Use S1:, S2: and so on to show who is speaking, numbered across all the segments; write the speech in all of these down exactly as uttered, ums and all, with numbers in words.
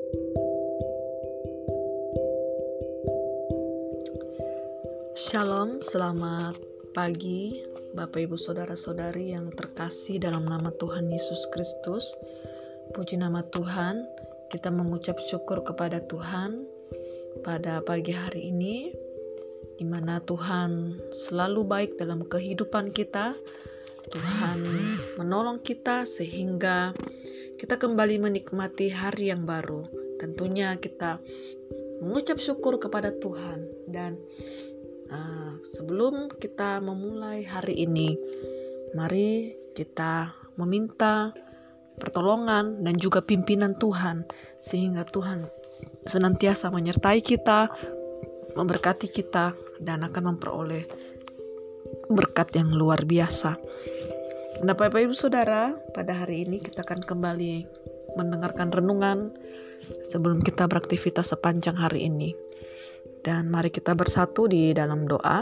S1: Shalom, selamat pagi Bapak Ibu Saudara-saudari yang terkasih dalam nama Tuhan Yesus Kristus. Puji nama Tuhan, kita mengucap syukur kepada Tuhan pada pagi hari ini, di mana Tuhan selalu baik dalam kehidupan kita. Tuhan menolong kita sehingga kita kembali menikmati hari yang baru. Tentunya kita mengucap syukur kepada Tuhan. Dan uh, sebelum kita memulai hari ini, mari kita meminta pertolongan dan juga pimpinan Tuhan, sehingga Tuhan senantiasa menyertai kita, memberkati kita, dan akan memperoleh berkat yang luar biasa. Nah, Bapak Ibu Saudara, pada hari ini kita akan kembali mendengarkan renungan sebelum kita beraktivitas sepanjang hari ini. Dan mari kita bersatu di dalam doa.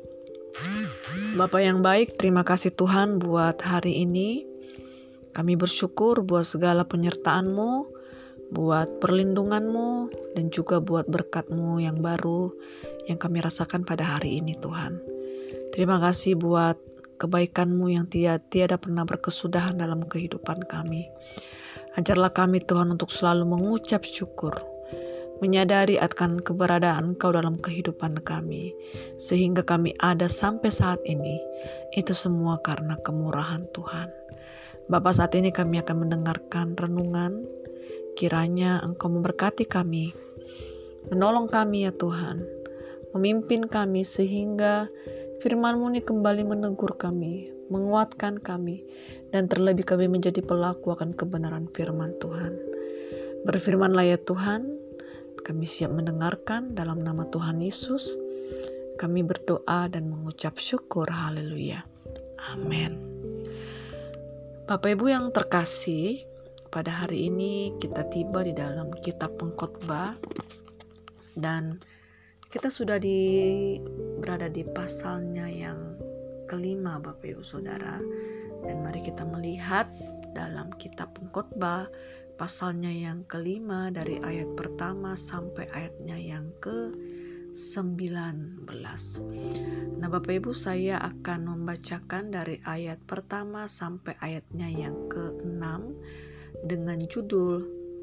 S1: Bapa yang baik, terima kasih Tuhan buat hari ini. Kami bersyukur buat segala penyertaan-Mu, buat perlindungan-Mu, dan juga buat berkat-Mu yang baru yang kami rasakan pada hari ini Tuhan. Terima kasih buat kebaikan-Mu yang tiada, tiada pernah berkesudahan dalam kehidupan kami. Ajarlah kami Tuhan untuk selalu mengucap syukur, menyadari akan keberadaan Engkau dalam kehidupan kami, sehingga kami ada sampai saat ini. Itu semua karena kemurahan Tuhan. Bapa, saat ini kami akan mendengarkan renungan. Kiranya Engkau memberkati kami, menolong kami ya Tuhan, memimpin kami sehingga firman-Mu ini kembali menegur kami, menguatkan kami, dan terlebih kami menjadi pelaku akan kebenaran firman Tuhan. Berfirmanlah ya Tuhan, kami siap mendengarkan dalam nama Tuhan Yesus. Kami berdoa dan mengucap syukur, haleluya, amin. Bapak Ibu yang terkasih, pada hari ini kita tiba di dalam kitab Pengkhotbah, dan kita sudah di, berada di pasalnya yang kelima Bapak Ibu Saudara. Dan mari kita melihat dalam kitab Pengkhotbah pasalnya yang kelima dari ayat pertama sampai ayatnya yang ke sembilan belas. Nah Bapak Ibu, saya akan membacakan dari ayat pertama sampai ayatnya yang ke enam dengan judul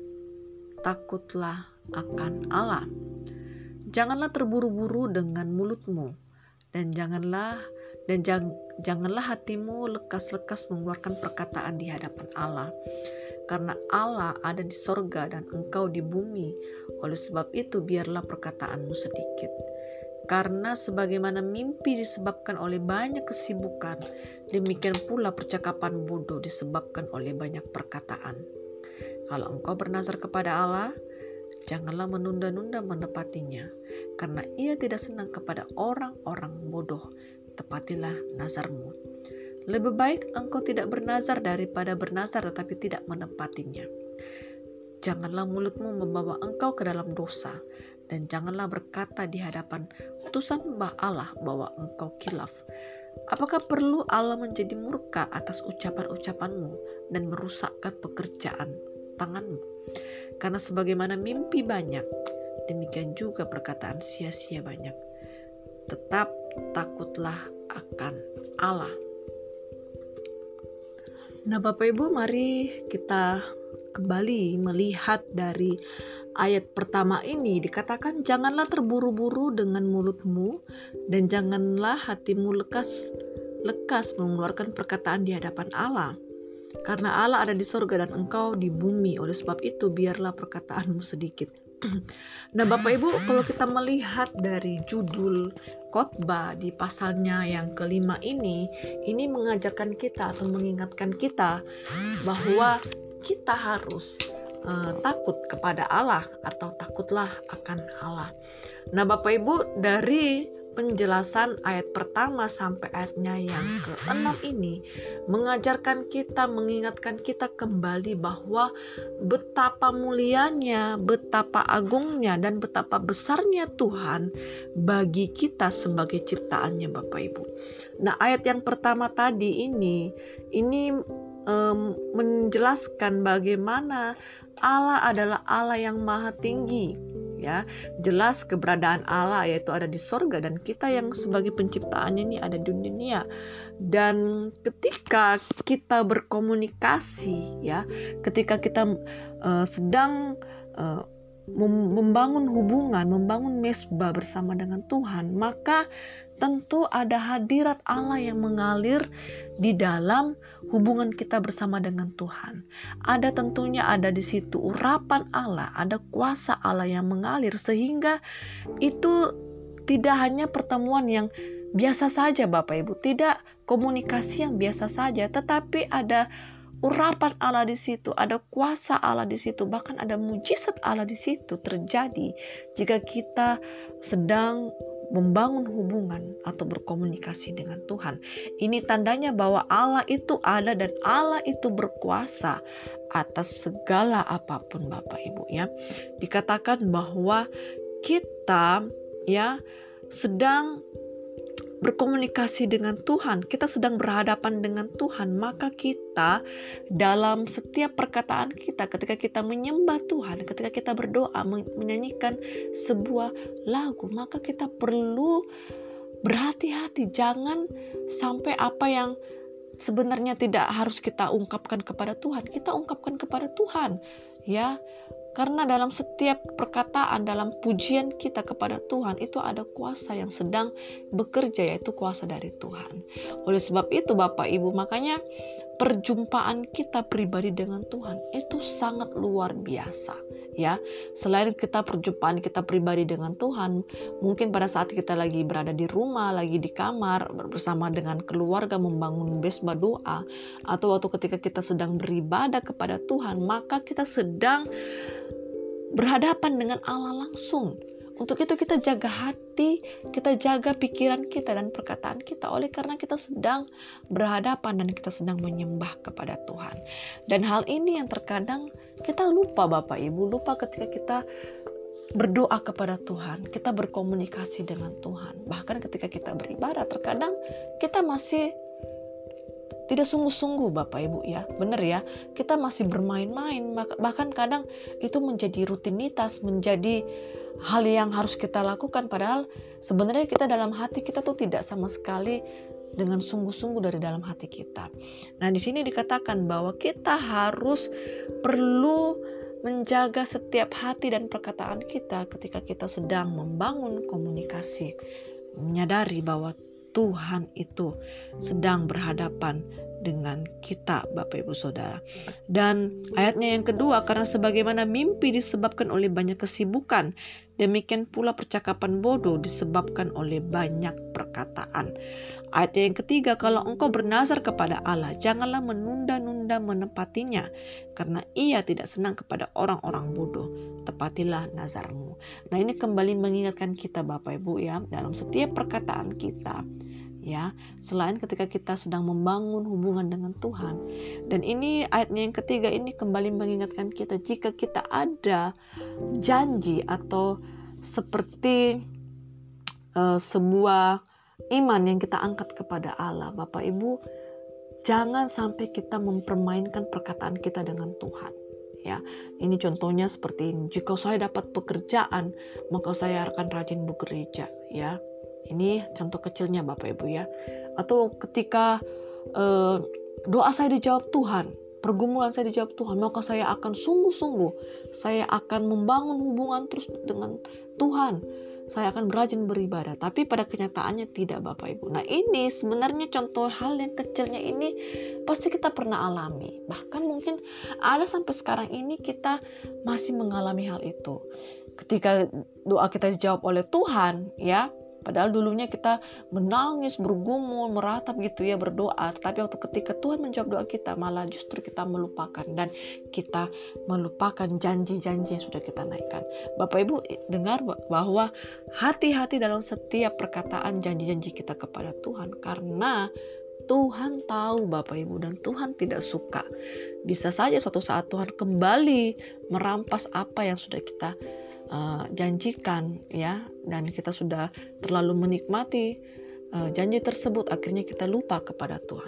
S1: Takutlah akan Allah. Janganlah terburu-buru dengan mulutmu, dan janganlah dan jang, janganlah hatimu lekas-lekas mengeluarkan perkataan di hadapan Allah, karena Allah ada di sorga dan engkau di bumi. Oleh sebab itu biarlah perkataanmu sedikit, karena sebagaimana mimpi disebabkan oleh banyak kesibukan, demikian pula percakapan bodoh disebabkan oleh banyak perkataan. Kalau engkau bernazar kepada Allah, janganlah menunda-nunda menepatinya, karena Ia tidak senang kepada orang-orang bodoh. Tepatilah nazarmu. Lebih baik engkau tidak bernazar daripada bernazar tetapi tidak menepatinya. Janganlah mulutmu membawa engkau ke dalam dosa, dan janganlah berkata di hadapan utusan Allah bahwa engkau khilaf. Apakah perlu Allah menjadi murka atas ucapan-ucapanmu dan merusakkan pekerjaan tanganmu? Karena sebagaimana mimpi banyak, demikian juga perkataan sia-sia banyak. Tetap takutlah akan Allah. Nah Bapak Ibu, mari kita kembali melihat dari ayat pertama ini. Dikatakan janganlah terburu-buru dengan mulutmu, dan janganlah hatimu lekas lekas mengeluarkan perkataan di hadapan Allah, karena Allah ada di sorga dan engkau di bumi. Oleh sebab itu biarlah perkataanmu sedikit. Nah Bapak Ibu, kalau kita melihat dari judul khotbah di pasalnya yang kelima ini, ini mengajarkan kita atau mengingatkan kita bahwa kita harus uh, takut kepada Allah atau takutlah akan Allah. Nah Bapak Ibu, dari penjelasan ayat pertama sampai ayatnya yang keenam ini mengajarkan kita, mengingatkan kita kembali bahwa betapa mulianya, betapa agungnya, dan betapa besarnya Tuhan bagi kita sebagai ciptaannya Bapak Ibu. Nah ayat yang pertama tadi ini, ini um, menjelaskan bagaimana Allah adalah Allah yang maha tinggi. Ya, jelas keberadaan Allah yaitu ada di sorga, dan kita yang sebagai penciptaannya ini ada di dunia. Dan ketika kita berkomunikasi, ya, ketika kita uh, sedang uh, membangun hubungan, membangun mesbah bersama dengan Tuhan, maka tentu ada hadirat Allah yang mengalir di dalam hubungan kita bersama dengan Tuhan. Ada tentunya ada di situ urapan Allah, ada kuasa Allah yang mengalir, sehingga itu tidak hanya pertemuan yang biasa saja Bapak Ibu, tidak komunikasi yang biasa saja, tetapi ada urapan Allah di situ, ada kuasa Allah di situ, bahkan ada mujizat Allah di situ terjadi jika kita sedang membangun hubungan atau berkomunikasi dengan Tuhan. Ini tandanya bahwa Allah itu ada dan Allah itu berkuasa atas segala apapun Bapak Ibu ya. Dikatakan bahwa kita ya sedang berkomunikasi dengan Tuhan, kita sedang berhadapan dengan Tuhan, maka kita dalam setiap perkataan kita, ketika kita menyembah Tuhan, ketika kita berdoa, menyanyikan sebuah lagu, maka kita perlu berhati-hati, jangan sampai apa yang sebenarnya tidak harus kita ungkapkan kepada Tuhan, kita ungkapkan kepada Tuhan, ya. Karena dalam setiap perkataan, dalam pujian kita kepada Tuhan, itu ada kuasa yang sedang bekerja, yaitu kuasa dari Tuhan. Oleh sebab itu Bapak Ibu, makanya perjumpaan kita pribadi dengan Tuhan itu sangat luar biasa. Ya, selain kita perjumpaan kita pribadi dengan Tuhan, mungkin pada saat kita lagi berada di rumah, lagi di kamar bersama dengan keluarga membangun mesbah doa, atau waktu ketika kita sedang beribadah kepada Tuhan, maka kita sedang berhadapan dengan Allah langsung. Untuk itu kita jaga hati, kita jaga pikiran kita dan perkataan kita, oleh karena kita sedang berhadapan dan kita sedang menyembah kepada Tuhan. Dan hal ini yang terkadang kita lupa Bapak Ibu, lupa ketika kita berdoa kepada Tuhan, kita berkomunikasi dengan Tuhan. Bahkan ketika kita beribadah, terkadang kita masih tidak sungguh-sungguh Bapak Ibu ya, benar ya, kita masih bermain-main, bahkan kadang itu menjadi rutinitas, menjadi hal yang harus kita lakukan, padahal sebenarnya kita dalam hati kita tuh tidak sama sekali dengan sungguh-sungguh dari dalam hati kita. Nah, di sini dikatakan bahwa kita harus perlu menjaga setiap hati dan perkataan kita ketika kita sedang membangun komunikasi, menyadari bahwa Tuhan itu sedang berhadapan dengan kita Bapak Ibu Saudara. Dan ayatnya yang kedua, karena sebagaimana mimpi disebabkan oleh banyak kesibukan, demikian pula percakapan bodoh disebabkan oleh banyak perkataan. Ayat yang ketiga, kalau engkau bernazar kepada Allah, janganlah menunda-nunda menepatinya, karena ia tidak senang kepada orang-orang bodoh. Tepatilah nazarmu. Nah, ini kembali mengingatkan kita Bapak Ibu ya, dalam setiap perkataan kita, ya, selain ketika kita sedang membangun hubungan dengan Tuhan. Dan ini ayatnya yang ketiga ini kembali mengingatkan kita, jika kita ada janji atau seperti uh, sebuah iman yang kita angkat kepada Allah, Bapak Ibu, jangan sampai kita mempermainkan perkataan kita dengan Tuhan. Ya, ini contohnya seperti ini. Jika saya dapat pekerjaan, maka saya akan rajin bekerja, ya. Ini contoh kecilnya Bapak Ibu ya. Atau ketika uh, doa saya dijawab Tuhan, pergumulan saya dijawab Tuhan, maka saya akan sungguh-sungguh, saya akan membangun hubungan terus dengan Tuhan. Saya akan berajin beribadah. Tapi pada kenyataannya tidak Bapak Ibu. Nah, ini sebenarnya contoh hal yang kecilnya ini pasti kita pernah alami. Bahkan mungkin ada sampai sekarang ini kita masih mengalami hal itu. Ketika doa kita dijawab oleh Tuhan, ya, padahal dulunya kita menangis, bergumul, meratap gitu ya, berdoa. Tetapi waktu ketika Tuhan menjawab doa kita, malah justru kita melupakan. Dan kita melupakan janji-janji yang sudah kita naikkan. Bapak Ibu dengar bahwa hati-hati dalam setiap perkataan janji-janji kita kepada Tuhan. Karena Tuhan tahu Bapak Ibu, dan Tuhan tidak suka. Bisa saja suatu saat Tuhan kembali merampas apa yang sudah kita Uh, janjikan ya, dan kita sudah terlalu menikmati uh, janji tersebut, akhirnya kita lupa kepada Tuhan.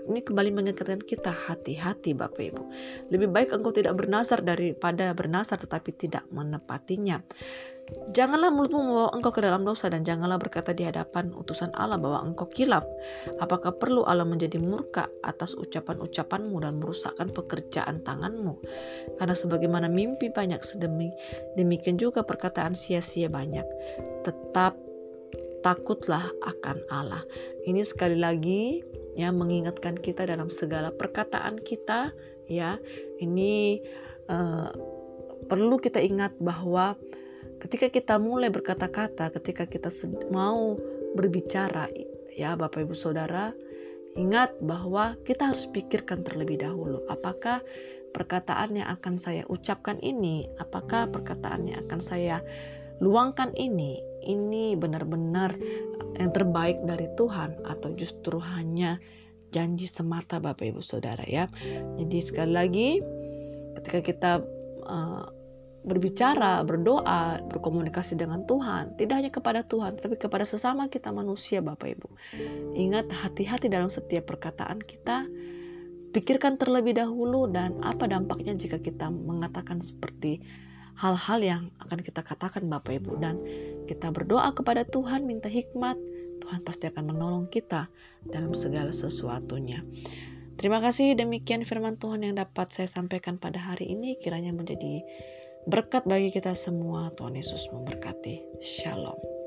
S1: ini kembali mengingatkan kita, hati-hati Bapak Ibu. Lebih baik engkau tidak bernazar daripada bernazar tetapi tidak menepatinya. Janganlah mulutmu membawa engkau ke dalam dosa, dan janganlah berkata di hadapan utusan Allah bahwa engkau kilaf. Apakah perlu Allah menjadi murka atas ucapan-ucapanmu dan merusakkan pekerjaan tanganmu? Karena sebagaimana mimpi banyak sedemi, demikian juga perkataan sia-sia banyak. Tetap takutlah akan Allah. Ini sekali lagi ya mengingatkan kita dalam segala perkataan kita, ya. Ini uh, perlu kita ingat bahwa ketika kita mulai berkata-kata, ketika kita mau berbicara, ya Bapak Ibu Saudara, ingat bahwa kita harus pikirkan terlebih dahulu. Apakah perkataan yang akan saya ucapkan ini, apakah perkataan yang akan saya luangkan ini, ini benar-benar yang terbaik dari Tuhan atau justru hanya janji semata Bapak Ibu Saudara ya. Jadi sekali lagi ketika kita uh, berbicara, berdoa, berkomunikasi dengan Tuhan, tidak hanya kepada Tuhan, tapi kepada sesama kita manusia Bapak Ibu. Ingat, hati-hati dalam setiap perkataan kita, pikirkan terlebih dahulu dan apa dampaknya jika kita mengatakan seperti hal-hal yang akan kita katakan Bapak Ibu. Dan kita berdoa kepada Tuhan, minta hikmat, Tuhan pasti akan menolong kita dalam segala sesuatunya. Terima kasih, demikian firman Tuhan yang dapat saya sampaikan pada hari ini, kiranya menjadi berkat bagi kita semua. Tuhan Yesus memberkati. Shalom.